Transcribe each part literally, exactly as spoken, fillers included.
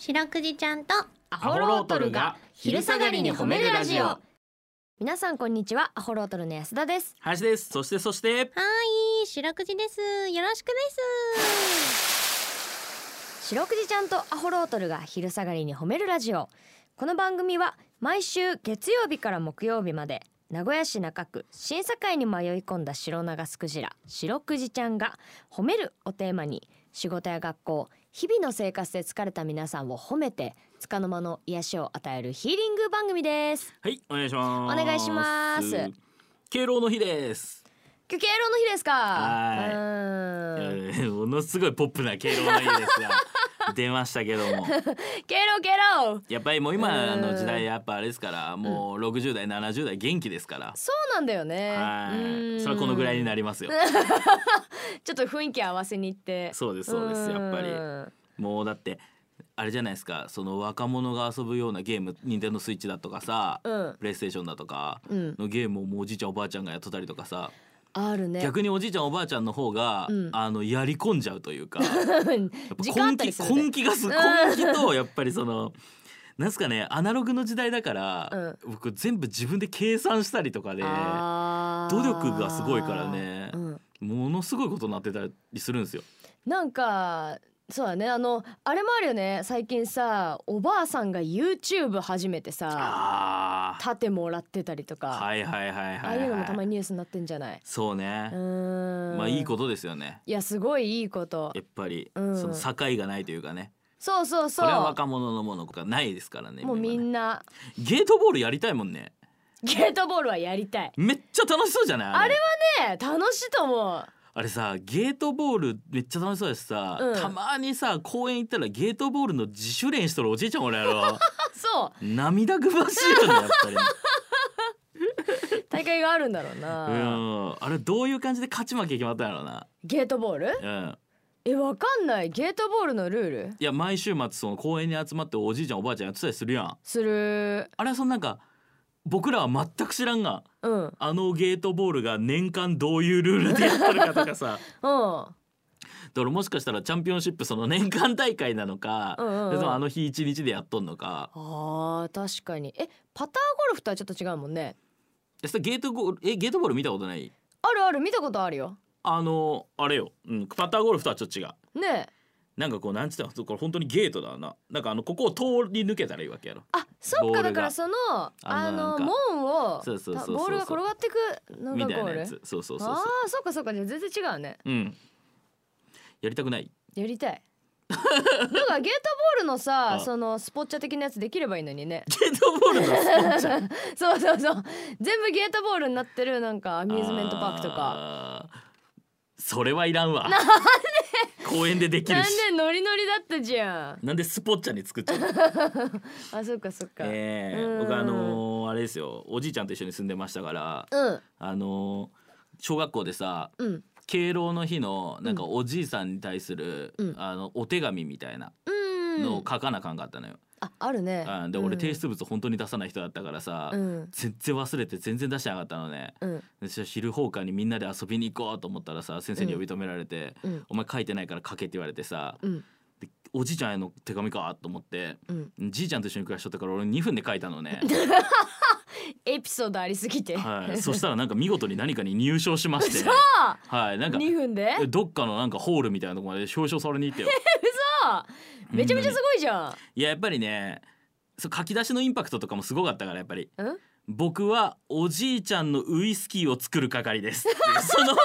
白くじちゃんとアホロートルが昼下がりに褒めるラジオ。 皆さんこんにちは、アホロートルの安田です。 林です。そしてそしてはーい、白くじです。よろしくです。 白くじちゃんとアホロートルが昼下がりに褒めるラジオ。この番組は毎週月曜日から木曜日まで名古屋市中区審査会に迷い込んだ白長スクジラ白くじちゃんが褒めるをテーマに仕事や学校日々の生活で疲れた皆さんを褒めて束の間の癒しを与えるヒーリング番組です。 はい、お願いします。 お願いします。 敬老の日です。 今日敬老の日ですか。 はい、 うーん、 ものすごいポップな敬老の日ですが出ましたけども敬老敬老。 やっぱりもう今の時代やっぱあれですから、もうろくじゅう代ななじゅう代元気ですから。 そうなんだよね。 はい、 うん、 それはこのぐらいになりますよちょっと雰囲気合わせに行って。 そうですそうです。やっぱりもうだってあれじゃないですか、その若者が遊ぶようなゲーム、ニンテンドースイッチだとかさ、うん、プレイステーションだとかのゲームをもうおじいちゃんおばあちゃんがやっとったりとかさ、 あるね。 逆におじいちゃんおばあちゃんの方が、うん、あのやり込んじゃうというか時間あったりするね。 根気がす根気とやっぱりそのなんすかね、アナログの時代だから、うん、僕全部自分で計算したりとかで努力がすごいからね、うん、ものすごいことになってたりするんですよ。 なんかそうだね、あのあれもあるよね。最近さ、おばあさんが YouTube 始めてさ、盾もらってたりとか、 はいはいはいはい、はい、 ああいうのもたまにニュースになってんじゃない。 そうね、うーん、まあいいことですよね。 いやすごいいいこと。 やっぱり、うん、その境がないというかね。 そうそうそう、 これは若者のものがないですからね。 もうみんなゲートボールやりたいもんね。 ゲートボールはやりたい。 めっちゃ楽しそうじゃない。 あれはね楽しいと思う。 あれさ、ゲートボールめっちゃ楽しそうだしさ、うん、たまにさ公園行ったらゲートボールの自主練しとるおじいちゃんおるやろそう涙ぐましいよね、やっぱり大会があるんだろうな。 うん、あれどういう感じで勝ち負け決まったんやろうな。 ゲートボール、うん、え、わかんない。ゲートボールのルール。 いや毎週末その公園に集まっておじいちゃんおばあちゃんやってたりするやん。 する。 あれはそのなんか僕らは全く知らんが、うん、あのゲートボールが年間どういうルールでやってるかとかさ、うん、だからもしかしたらチャンピオンシップその年間大会なのか、うんうんうん、でそのあの日一日でやっとんのか。 あー確かに。え、パターゴルフとはちょっと違うもんね。 え、それゲートゴール、えゲートボール見たことない？ あるある、見たことあるよ。 あのあれよ、うん、パターゴルフとはちょっと違うねえ。 なんかこうなんつったの、これ本当にゲートだな。なんかあのここを通り抜けたらいいわけやろ。 あ、そっか。だからそのあの門をそうそうそうそう、 ボールが転がってくのがゴールみたいなやつ。そうそうそうそう。 ああ、そっかそっか。じゃあ全然違うね。 うん。やりたくない？やりたい。なんかゲートボールのさ、そのスポッチャ的なやつできればいいのにね。 ゲートボールのスポッチャそうそうそう。全部ゲートボールになってるなんかアミューズメントパークとか。 それはいらんわ。 なんで公園でできるし。 なんでノリノリだったじゃん。 なんでスポッチャに作っちゃうのあ、そっかそっか。 えー、僕あのー、あれですよ、おじいちゃんと一緒に住んでましたから、うん、あのー、小学校でさ、うん、敬老の日のなんかおじいさんに対する、うん、あのお手紙みたいなのを書かなあかんかったのよ。 あ、あるね。 うん、で、俺提出物本当に出さない人だったからさ、うん、全然忘れて全然出してなかったのね、うん、で昼放課にみんなで遊びに行こうと思ったらさ、先生に呼び止められて、うん、お前書いてないから書けって言われてさ、うん、でおじいちゃんへの手紙かと思って、うん、じいちゃんと一緒に暮らしとったから俺にふんで書いたのねエピソードありすぎて、 はい、そしたらなんか見事に何かに入賞しましてはい、なんかにふんでどっかのなんかホールみたいなとこまで表彰されに行ってよ嘘、めちゃめちゃすごいじゃん。 いややっぱりね、そう書き出しのインパクトとかもすごかったから、やっぱり僕はおじいちゃんのウイスキーを作る係ですそのうわ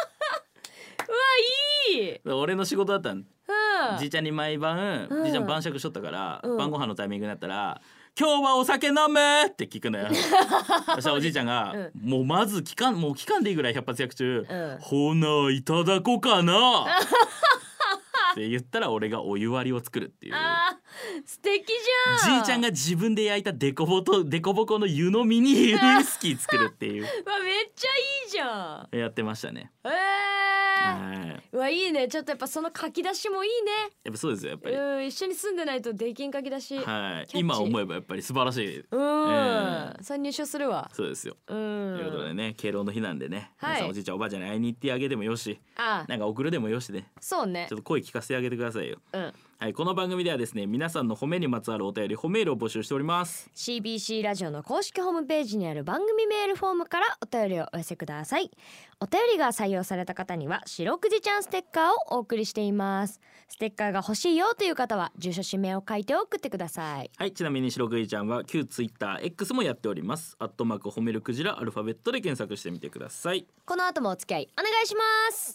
いい、 俺の仕事だったん、うん、じいちゃんに毎晩、うん、じいちゃん晩酌しとったから、うん、晩ご飯のタイミングになったら今日はお酒飲むって聞くのよそしたらおじいちゃんが、うん、もうまず聞かんもう聞かんでいいぐらい百発百中、うん、ほないただこうかなって言ったら俺がお湯割りを作るっていう。 あー素敵じゃん。 じいちゃんが自分で焼いたデコボコデコボコの湯飲みにウイスキー作るっていうわ、 めっちゃいいじゃん。 やってましたね。 えー、はい、うわいいね。ちょっとやっぱその書き出しもいいね。 やっぱそうですよ、やっぱり。 うん、一緒に住んでないとできん書き出し、 はい、今思えばやっぱり素晴らしい。うん、えー、それ入賞するわ。 そうですよ。うん、ということでね、敬老の日なんでね、はい、皆さんおじいちゃんおばあちゃんに会いに行ってあげてもよし、ああなんか送るでもよしで、 そうね、 ちょっと声聞かせてあげてくださいよ。うん。 はい、この番組ではですね、皆さんの褒めにまつわるお便り褒めールを募集しております。 シービーシー ラジオの公式ホームページにある番組メールフォームからお便りをお寄せください。お便りが採用された方には白くじちゃんステッカーをお送りしています。ステッカーが欲しいよという方は住所氏名を書いて送ってください。 はい、ちなみに白くじちゃんは旧ツイッター X もやっております。アットマーク褒めるクジラアルファベットで検索してみてください。 この後もお付き合いお願いします。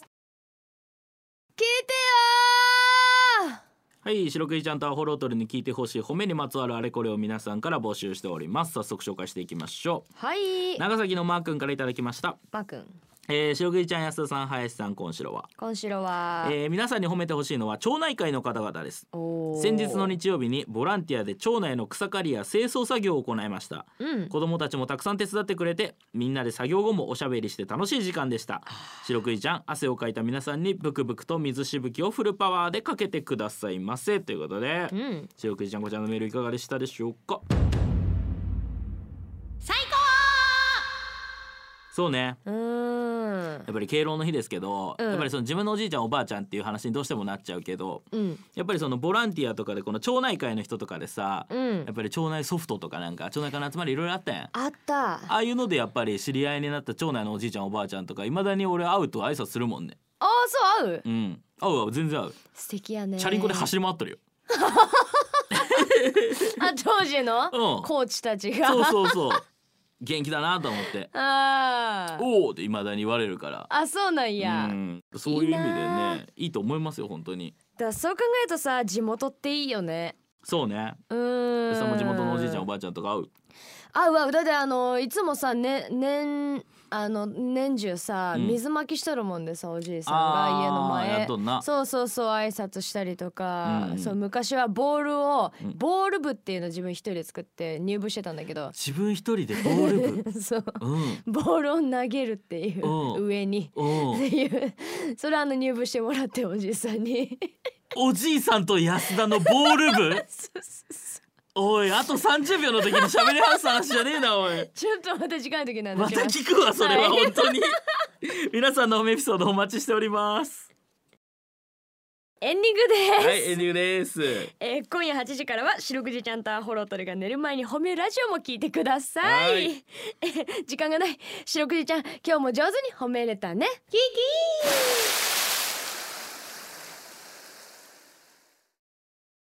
聞いてよー。 はい、白くじちゃんとアホロートルに聞いてほしい褒めにまつわるあれこれを皆さんから募集しております。早速紹介していきましょう。 はい、 長崎のマー君からいただきました。 マー君、 えー、白くじちゃん、安田さん、林さん、今週は今週は、 えー、皆さんに褒めてほしいのは町内会の方々です。 おー、 先日の日曜日にボランティアで町内の草刈りや清掃作業を行いました、 うん、 子供たちもたくさん手伝ってくれて、みんなで作業後もおしゃべりして楽しい時間でした。白くじちゃん、汗をかいた皆さんにブクブクと水しぶきをフルパワーでかけてくださいませ、ということで、 うん、 白くじちゃん、こちらのメールいかがでしたでしょうか。 最そうね、 うーん、 やっぱり敬老の日ですけど、 うん、 やっぱりその自分のおじいちゃんおばあちゃんっていう話にどうしてもなっちゃうけど、 うん、 やっぱりそのボランティアとかでこの町内会の人とかでさ、 うん、 やっぱり町内ソフトとかなんか町内会の集まりいろいろあったやん。 あった。 ああいうのでやっぱり知り合いになった町内のおじいちゃんおばあちゃんとかいまだに俺会うと挨拶するもんね。 ああ、そう、合う、 うん、会う会う、全然会う。 素敵やね。 チャリンコで走り回ってるよ。 あ、当時のうんコーチたちが、 そうそうそう元気だなと思ってあー、 おおって未だに言われるから、 あ、そうなんや。 うん、そういう意味でいいなね、いいと思いますよ本当に。 だからそう考えるとさ、地元っていいよね。 そうね。 うーん、 さんも地元のおじいちゃんおばあちゃんとか会う。 あ、うわ、だってあのいつもさ、ね、年あの年中さ、 うん水まきしとるもんでさ、おじいさんあーが家の前やっとんな。 そうそうそう、挨拶したりとか、 うん、 そう、昔はボールを、 うん、 ボール部っていうの自分一人で作って入部してたんだけど、 自分一人でボール部そう、 うんボールを投げるっていう、 うん上におっていうそれあの入部してもらって、おじいさんにおじいさんと安田のボール部おい、あとさんじゅうびょうの時に喋り話す話じゃねえなおい。 ちょっとまた時間の時なんでまた聞くわそれは、 はい本当に皆さんの褒めエピソードお待ちしております。 エンディングです、 はい、エンディングです。 えー今夜はちじからは白くじちゃんとアホロトルが寝る前に褒めるラジオも聞いてください。 はいえー時間がない白くじちゃん、今日も上手に褒めれたね。キキー。